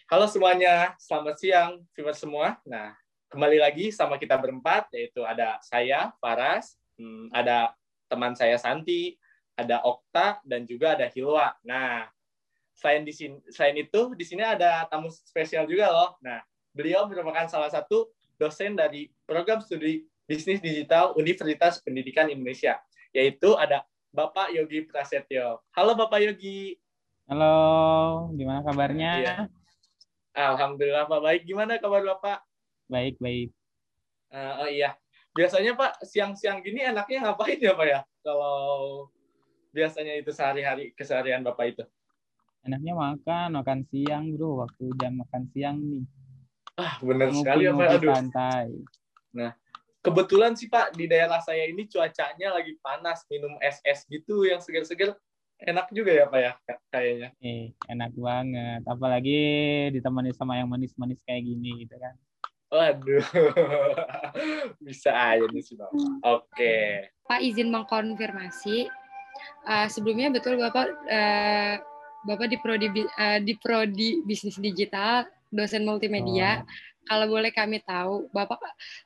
Halo semuanya, selamat siang viewers semua. Nah, kembali lagi sama kita berempat, yaitu ada saya, Faras, ada teman saya Santi, ada Okta, dan juga ada Hilwa. Nah, selain itu, di sini ada tamu spesial juga loh. Nah, beliau merupakan salah satu dosen dari program studi Bisnis Digital Universitas Pendidikan Indonesia, yaitu ada Bapak Yogi Prasetyo. Halo Bapak Yogi. Halo, gimana kabarnya? Iya. Alhamdulillah Pak, baik. Gimana kabar Bapak? Baik. Oh iya, biasanya Pak siang-siang gini enaknya ngapain ya Pak ya? Kalau biasanya itu sehari-hari keseharian Bapak itu? Enaknya makan siang bro, waktu jam makan siang nih. Benar sekali ya Pak. Ngopi-ngopi Aduh. santai. Nah, kebetulan sih Pak di daerah saya ini cuacanya lagi panas, minum es gitu yang segar-segar, enak juga ya Pak ya kayaknya. Enak banget. Apalagi ditemani sama yang manis-manis kayak gini gitu kan. Waduh, bisa aja nih sih Bapak. Oke. Pak izin mengkonfirmasi, sebelumnya betul Bapak di Prodi Bisnis Digital, dosen multimedia. Kalau boleh kami tahu, Bapak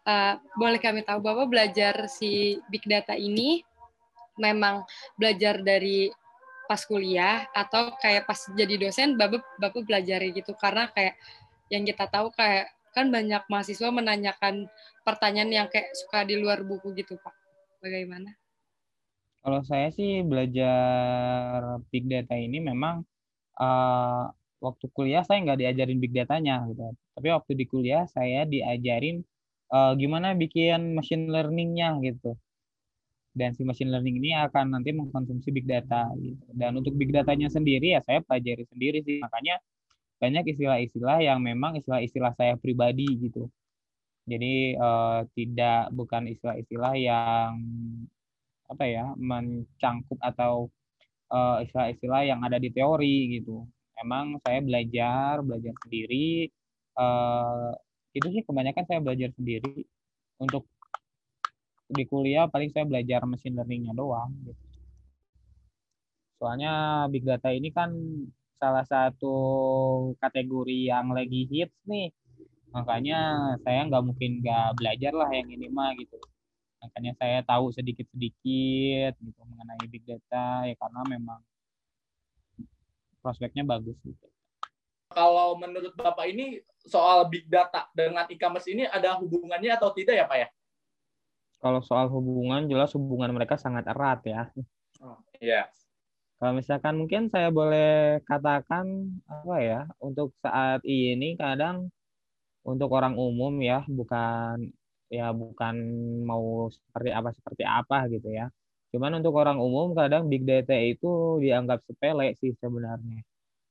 belajar si Big Data ini memang belajar dari pas kuliah atau kayak pas jadi dosen Bapak belajar gitu, karena kayak yang kita tahu kayak kan banyak mahasiswa menanyakan pertanyaan yang kayak suka di luar buku gitu Pak. Bagaimana? Kalau saya sih belajar Big Data ini memang waktu kuliah saya nggak diajarin Big Data-nya gitu. Tapi waktu di kuliah saya diajarin gimana bikin machine learning-nya gitu. Dan si machine learning ini akan nanti mengkonsumsi big data gitu. Dan untuk big datanya sendiri ya saya pelajari sendiri sih. Makanya banyak istilah-istilah yang memang istilah-istilah saya pribadi gitu. Jadi bukan istilah-istilah yang mencangkup atau istilah-istilah yang ada di teori gitu. Memang saya belajar sendiri. Itu sih kebanyakan saya belajar sendiri. Untuk di kuliah paling saya belajar machine learning-nya doang gitu. Soalnya big data ini kan salah satu kategori yang lagi hits nih. Makanya saya nggak mungkin nggak belajar lah yang ini mah gitu. Makanya saya tahu sedikit-sedikit gitu mengenai big data ya karena memang prospeknya bagus gitu. Kalau menurut Bapak ini soal big data dengan e-commerce ini ada hubungannya atau tidak ya Pak ya? Kalau soal hubungan, jelas hubungan mereka sangat erat ya. Iya. Kalau misalkan mungkin saya boleh katakan untuk saat ini kadang untuk orang umum ya bukan mau seperti apa gitu ya. Cuman untuk orang umum kadang big data itu dianggap sepele sih sebenarnya.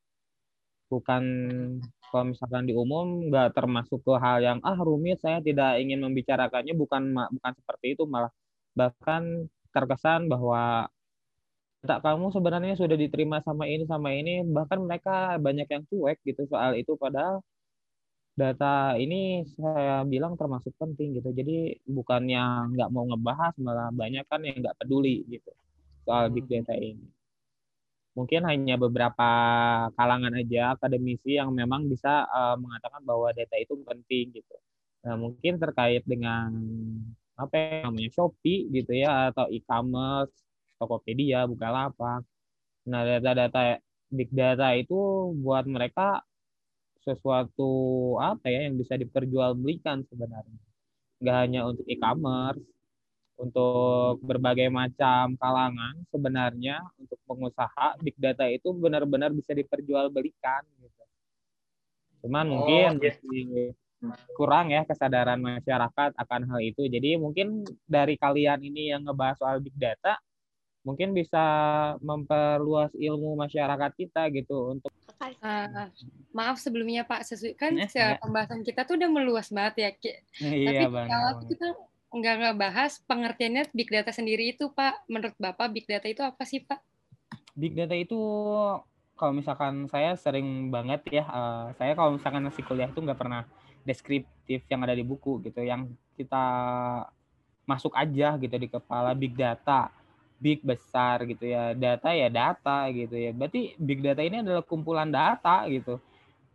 Bukan kalau misalkan di umum nggak termasuk ke hal yang rumit, saya tidak ingin membicarakannya, bukan seperti itu, malah bahkan terkesan bahwa data kamu sebenarnya sudah diterima sama ini, bahkan mereka banyak yang cuek gitu soal itu, padahal data ini saya bilang termasuk penting gitu. Jadi bukannya nggak mau ngebahas, malah banyak kan yang nggak peduli gitu soal big data ini. Mungkin hanya beberapa kalangan aja akademisi yang memang bisa mengatakan bahwa data itu penting gitu. Nah, mungkin terkait dengan apa yang namanya Shopee gitu ya atau e-commerce, Tokopedia, Bukalapak. Nah, data-data big data itu buat mereka sesuatu yang bisa diperjualbelikan sebenarnya. Nggak hanya untuk e-commerce, untuk berbagai macam kalangan sebenarnya untuk pengusaha big data itu benar-benar bisa diperjualbelikan gitu. Cuman mungkin masih kurang ya kesadaran masyarakat akan hal itu. Jadi mungkin dari kalian ini yang ngebahas soal big data mungkin bisa memperluas ilmu masyarakat kita gitu untuk maaf sebelumnya Pak, pembahasan kita tuh udah meluas banget ya. Iya, tapi kalau kita nggak ngebahas pengertiannya big data sendiri itu Pak, menurut Bapak big data itu apa sih Pak? Big data itu kalau misalkan saya sering banget ya, saya kalau misalkan masih kuliah itu nggak pernah deskriptif yang ada di buku gitu, yang kita masuk aja gitu di kepala. Big data, big besar gitu ya, data ya data gitu ya. Berarti big data ini adalah kumpulan data gitu.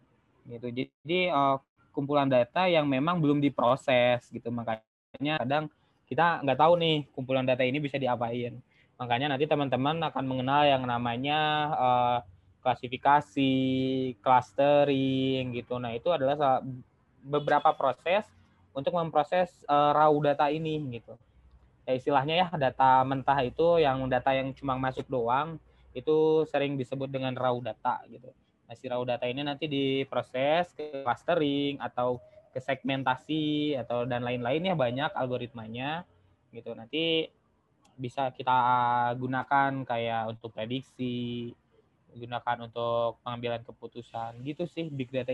gitu. Jadi kumpulan data yang memang belum diproses gitu, makanya kadang kita nggak tahu nih kumpulan data ini bisa diapain. Makanya nanti teman-teman akan mengenal yang namanya klasifikasi, clustering gitu. Nah itu adalah beberapa proses untuk memproses raw data ini gitu. Ya istilahnya ya data mentah itu yang data yang cuma masuk doang itu sering disebut dengan raw data gitu. Nah, si raw data ini nanti diproses ke clustering atau ke segmentasi atau dan lain-lainnya banyak algoritmanya gitu. Nanti bisa kita gunakan kayak untuk prediksi, gunakan untuk pengambilan keputusan gitu sih. Big data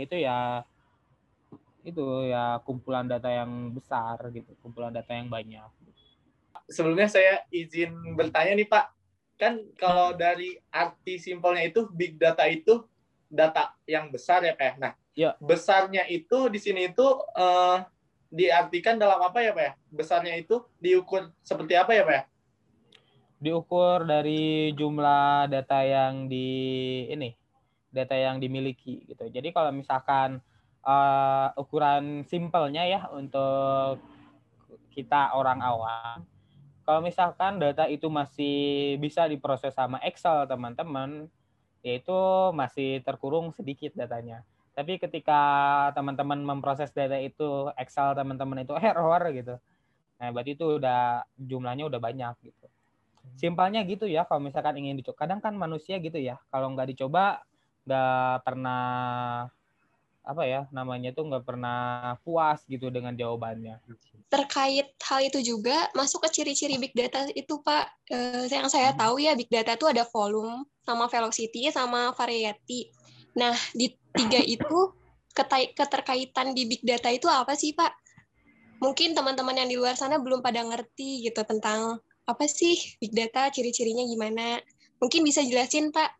itu ya kumpulan data yang besar gitu, kumpulan data yang banyak. Sebelumnya saya izin bertanya nih Pak, kan kalau dari arti simpelnya itu big data itu data yang besar ya Pak ya. Nah, ya. Besarnya itu di sini itu diartikan dalam apa ya Pak ya? Besarnya itu diukur seperti apa ya Pak ya? Diukur dari jumlah data yang data yang dimiliki gitu. Jadi kalau misalkan ukuran simpelnya ya untuk kita orang awam, kalau misalkan data itu masih bisa diproses sama Excel teman-teman, yaitu masih terkurung sedikit datanya. Tapi ketika teman-teman memproses data itu Excel teman-teman itu error gitu. Nah, berarti itu jumlahnya udah banyak gitu. Simpelnya gitu ya, kalau misalkan ingin dicoba. Kadang kan manusia gitu ya, kalau nggak dicoba nggak pernah nggak pernah puas gitu dengan jawabannya. Terkait hal itu juga masuk ke ciri-ciri big data itu Pak. Yang saya tahu ya big data itu ada volume, sama velocity, sama variety. Nah di 3 itu keterkaitan di big data itu apa sih Pak? Mungkin teman-teman yang di luar sana belum pada ngerti gitu tentang apa sih big data, ciri-cirinya gimana. Mungkin bisa jelasin Pak.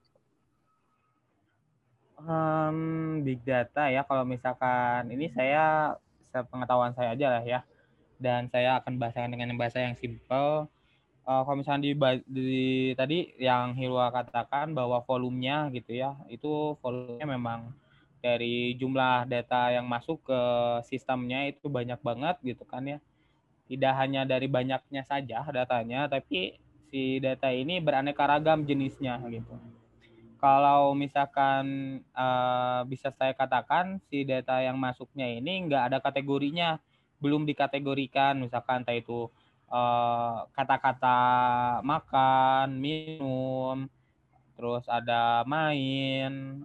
Big data ya, kalau misalkan ini saya sepengetahuan saya aja lah ya, dan saya akan bahasakan dengan bahasa yang simple. Kalau misalnya tadi yang Hilwa katakan bahwa volumenya gitu ya, itu volumenya memang dari jumlah data yang masuk ke sistemnya itu banyak banget gitu kan ya. Tidak hanya dari banyaknya saja datanya, tapi si data ini beraneka ragam jenisnya gitu. Kalau misalkan bisa saya katakan si data yang masuknya ini nggak ada kategorinya, belum dikategorikan, misalkan entah itu kata-kata makan, minum, terus ada main,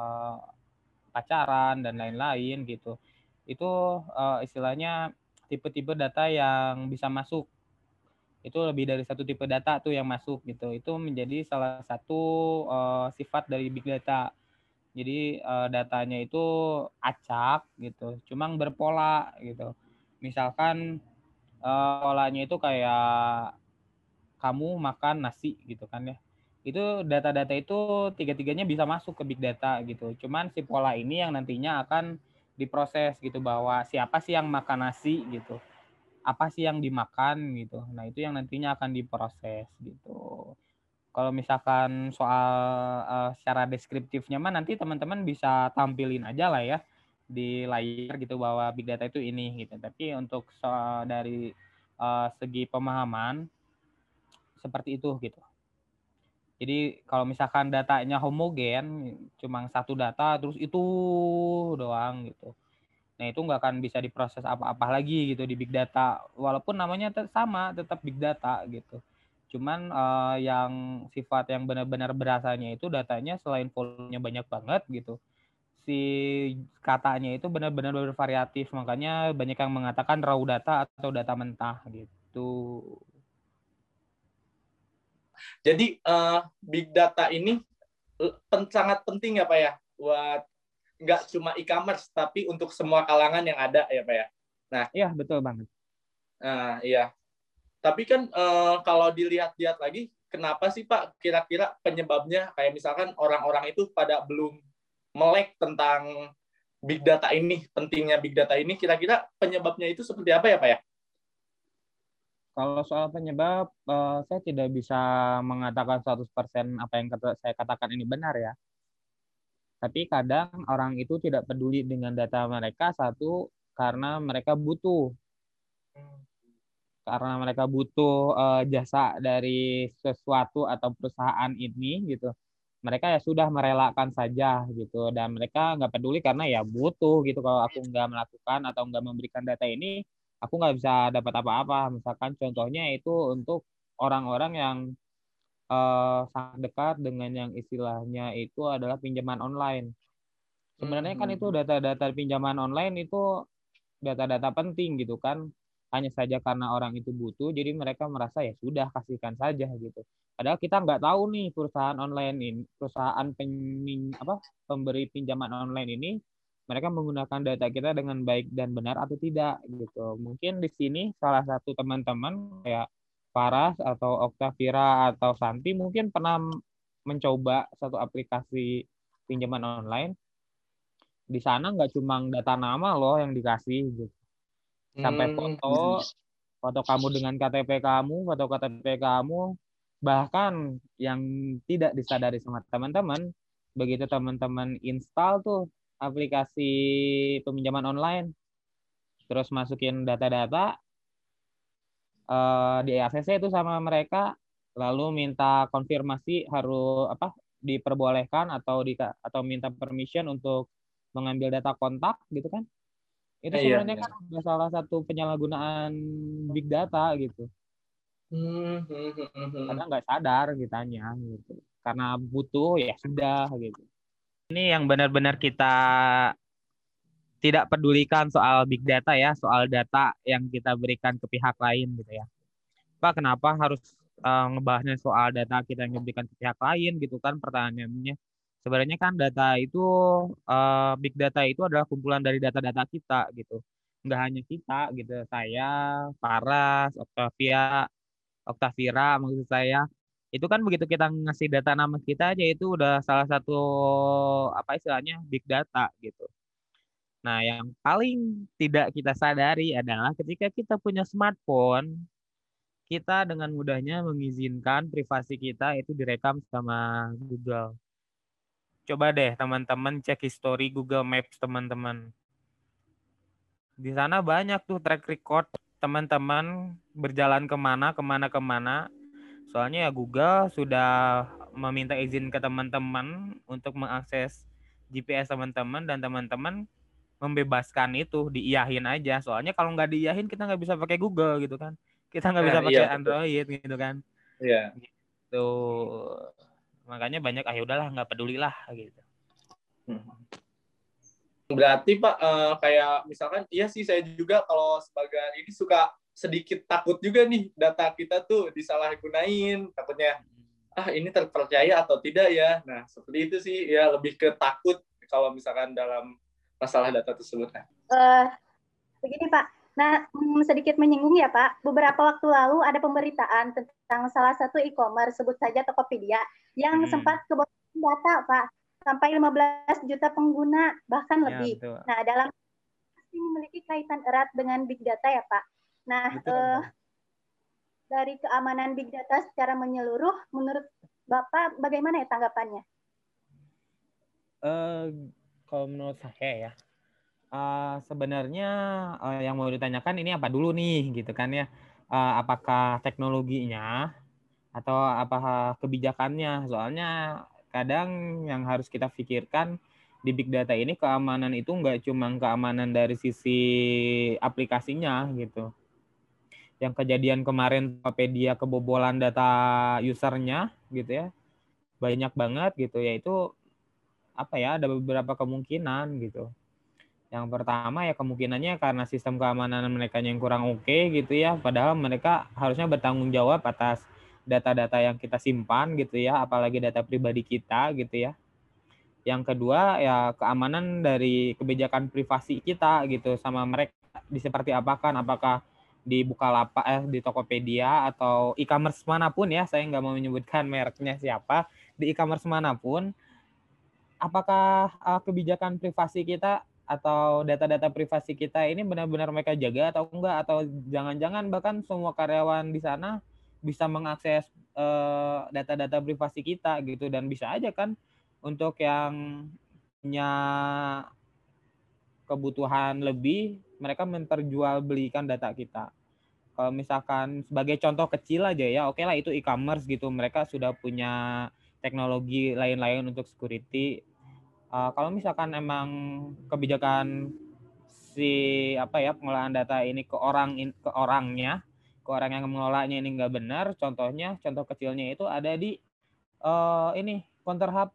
pacaran dan lain-lain gitu. Itu istilahnya tipe-tipe data yang bisa masuk. Itu lebih dari satu tipe data tuh yang masuk gitu. Itu menjadi salah satu sifat dari big data. Jadi datanya itu acak gitu, cuma berpola gitu. Misalkan polanya itu kayak kamu makan nasi gitu kan ya. Itu data-data itu tiga-tiganya bisa masuk ke big data gitu. Cuman si pola ini yang nantinya akan diproses gitu, bahwa siapa sih yang makan nasi gitu, apa sih yang dimakan gitu. Nah itu yang nantinya akan diproses gitu. Kalau misalkan soal secara deskriptifnya mah nanti teman-teman bisa tampilin aja lah ya di layar gitu bahwa big data itu ini gitu. Tapi untuk dari segi pemahaman seperti itu gitu. Jadi kalau misalkan datanya homogen, cuma satu data terus itu doang gitu. Nah itu nggak akan bisa diproses apa-apa lagi gitu di big data. Walaupun namanya sama, tetap big data gitu. Cuman yang sifat yang benar-benar berasanya itu datanya selain volumenya banyak banget gitu, si katanya itu benar-benar bervariatif. Makanya banyak yang mengatakan raw data atau data mentah gitu. Jadi big data ini sangat penting ya Pak ya, buat nggak cuma e-commerce tapi untuk semua kalangan yang ada ya Pak ya. Nah, iya betul banget. Nah, iya. Tapi kan kalau dilihat-lihat lagi, kenapa sih Pak kira-kira penyebabnya kayak misalkan orang-orang itu pada belum melek tentang big data ini, pentingnya big data ini, kira-kira penyebabnya itu seperti apa ya Pak ya? Kalau soal penyebab, saya tidak bisa mengatakan 100% apa yang saya katakan ini benar ya. Tapi kadang orang itu tidak peduli dengan data mereka, satu, karena mereka butuh. Karena mereka butuh jasa dari sesuatu atau perusahaan ini gitu. Mereka ya sudah merelakan saja gitu, dan mereka nggak peduli karena ya butuh gitu. Kalau aku nggak melakukan atau nggak memberikan data ini, aku nggak bisa dapat apa-apa. Misalkan contohnya itu untuk orang-orang yang sangat dekat dengan yang istilahnya itu adalah pinjaman online. Sebenarnya kan itu data-data pinjaman online itu data-data penting gitu kan. Hanya saja karena orang itu butuh, jadi mereka merasa ya sudah kasihkan saja gitu. Padahal kita nggak tahu nih perusahaan online ini, perusahaan pemberi pinjaman online ini, mereka menggunakan data kita dengan baik dan benar atau tidak gitu. Mungkin di sini salah satu teman-teman kayak Faras atau Oktavira atau Santi mungkin pernah mencoba satu aplikasi pinjaman online. Di sana nggak cuma data nama loh yang dikasih gitu. Sampai foto kamu dengan KTP kamu, foto KTP kamu, bahkan yang tidak disadari sama teman-teman, begitu teman-teman install tuh aplikasi peminjaman online, terus masukin data-data di ACC itu sama mereka, lalu minta konfirmasi harus diperbolehkan atau minta permission untuk mengambil data kontak gitu kan. Itu sebenarnya kan udah salah satu penyalahgunaan big data gitu. Karena nggak sadar kitanya gitu. Karena butuh ya sudah gitu. Ini yang benar-benar kita tidak pedulikan soal big data ya, soal data yang kita berikan ke pihak lain gitu ya. Pak, kenapa harus ngebahasnya soal data kita yang diberikan ke pihak lain gitu kan pertanyaannya. Sebenarnya kan data itu, big data itu adalah kumpulan dari data-data kita gitu. Nggak hanya kita gitu, saya, Paras, Oktavira maksud saya. Itu kan begitu kita ngasih data nama kita aja itu udah salah satu apa istilahnya big data gitu. Nah, yang paling tidak kita sadari adalah ketika kita punya smartphone, kita dengan mudahnya mengizinkan privasi kita itu direkam sama Google. Coba deh teman-teman cek history Google Maps teman-teman. Di sana banyak tuh track record teman-teman berjalan kemana. Soalnya ya Google sudah meminta izin ke teman-teman untuk mengakses GPS teman-teman dan teman-teman membebaskan itu, diiyahin aja. Soalnya kalau nggak diiyahin kita nggak bisa pakai Google gitu kan. Kita nggak bisa pakai Android gitu kan. Iya. Gitu. Makanya banyak ya udahlah nggak pedulilah gitu. Berarti Pak kayak misalkan iya sih saya juga kalau sebagai ini suka sedikit takut juga nih data kita tuh disalahgunain, takutnya ini terpercaya atau tidak ya. Nah, seperti itu sih ya, lebih ke takut kalau misalkan dalam masalah data tersebut. Begini Pak, nah sedikit menyinggung ya Pak, beberapa waktu lalu ada pemberitaan tentang salah satu e-commerce, sebut saja Tokopedia, yang sempat kebocoran data Pak, sampai 15 juta pengguna, bahkan lebih. Betul. Nah, dalam ini memiliki kaitan erat dengan big data ya Pak. Nah, dari keamanan big data secara menyeluruh, menurut Bapak bagaimana ya tanggapannya? Kalau menurut saya ya, sebenarnya yang mau ditanyakan ini apa dulu nih gitu kan ya, apakah teknologinya atau apa kebijakannya. Soalnya kadang yang harus kita pikirkan di big data ini keamanan itu nggak cuma keamanan dari sisi aplikasinya gitu. Yang kejadian kemarin Tokopedia kebobolan data usernya gitu ya, banyak banget gitu, yaitu ada beberapa kemungkinan gitu. Yang pertama ya kemungkinannya karena sistem keamanan mereka yang kurang oke gitu ya, padahal mereka harusnya bertanggung jawab atas data-data yang kita simpan gitu ya, apalagi data pribadi kita gitu ya. Yang kedua ya keamanan dari kebijakan privasi kita gitu sama mereka seperti apakah di Bukalapak, di Tokopedia atau e-commerce manapun ya, saya nggak mau menyebutkan mereknya siapa, di e-commerce manapun, apakah kebijakan privasi kita atau data-data privasi kita ini benar-benar mereka jaga atau enggak, atau jangan-jangan bahkan semua karyawan di sana bisa mengakses data-data privasi kita gitu, dan bisa aja kan untuk yang punya kebutuhan lebih, mereka memperjualbelikan data kita. Kalau misalkan sebagai contoh kecil aja ya, oke lah itu e-commerce gitu, mereka sudah punya teknologi lain-lain untuk security. Kalau misalkan emang kebijakan si pengelolaan data ini ke orang yang mengelolanya ini nggak benar, contoh kecilnya itu ada di ini counter HP.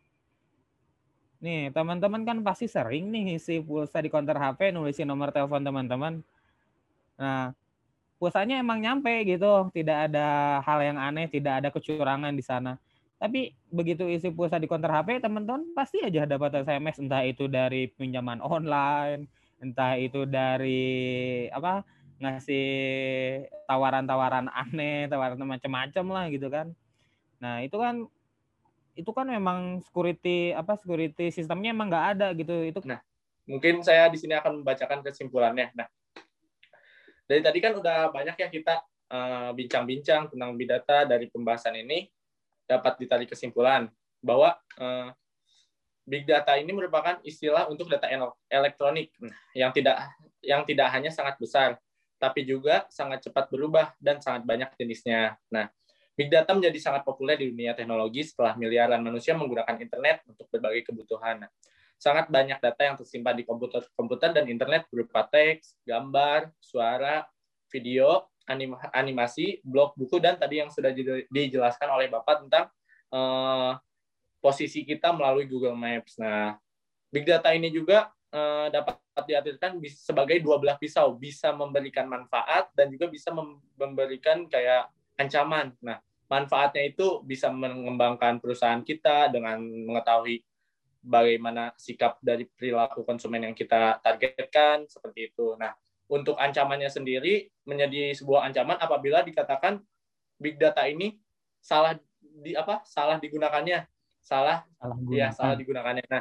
Nih, teman-teman kan pasti sering nih isi pulsa di counter HP, nulisin nomor telepon teman-teman. Nah, pulsanya emang nyampe gitu, tidak ada hal yang aneh, tidak ada kecurangan di sana. Tapi begitu isi pulsa di counter HP, teman-teman pasti aja dapat SMS, entah itu dari pinjaman online, entah itu dari ngasih tawaran-tawaran aneh, tawaran macam-macam lah gitu kan. Nah, itu kan memang security sistemnya emang nggak ada gitu. Itu Nah, mungkin saya di sini akan membacakan kesimpulannya. Nah, dari tadi kan udah banyak ya kita bincang-bincang tentang big data. Dari pembahasan ini dapat ditarik kesimpulan bahwa big data ini merupakan istilah untuk data elektronik yang tidak hanya sangat besar, tapi juga sangat cepat berubah dan sangat banyak jenisnya. Nah, big data menjadi sangat populer di dunia teknologi setelah miliaran manusia menggunakan internet untuk berbagai kebutuhan. Nah, sangat banyak data yang tersimpan di komputer dan internet berupa teks, gambar, suara, video, animasi, blog, buku, dan tadi yang sudah dijelaskan oleh Bapak tentang posisi kita melalui Google Maps. Nah, big data ini juga dapat diartikan sebagai dua belah pisau, bisa memberikan manfaat dan juga bisa memberikan kayak ancaman. Nah, manfaatnya itu bisa mengembangkan perusahaan kita dengan mengetahui bagaimana sikap dari perilaku konsumen yang kita targetkan, seperti itu. Nah, untuk ancamannya sendiri menjadi sebuah ancaman apabila dikatakan big data ini salah digunakannya. Salah digunakannya. Nah,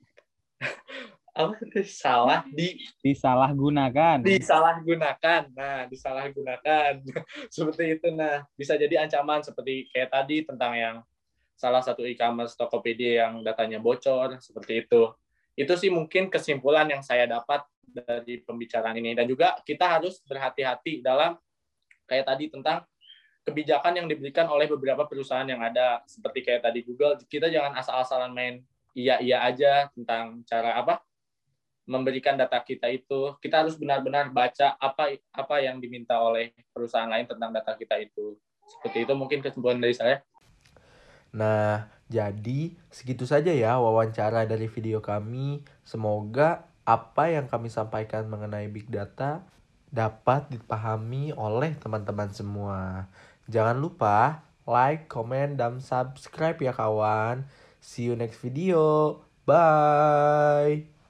disalahgunakan. Nah, disalahgunakan. Seperti itu. Nah, bisa jadi ancaman seperti kayak tadi tentang yang salah satu e-commerce Tokopedia yang datanya bocor, seperti itu. Itu sih mungkin kesimpulan yang saya dapat dari pembicaraan ini. Dan juga kita harus berhati-hati dalam kayak tadi tentang kebijakan yang diberikan oleh beberapa perusahaan yang ada, seperti kayak tadi Google. Kita jangan asal-asalan main iya aja tentang cara memberikan data kita itu. Kita harus benar-benar baca apa yang diminta oleh perusahaan lain tentang data kita itu. Seperti itu mungkin kesimpulan dari saya. Nah, jadi segitu saja ya wawancara dari video kami. Semoga apa yang kami sampaikan mengenai big data dapat dipahami oleh teman-teman semua. Jangan lupa like, comment, dan subscribe ya kawan. See you next video. Bye.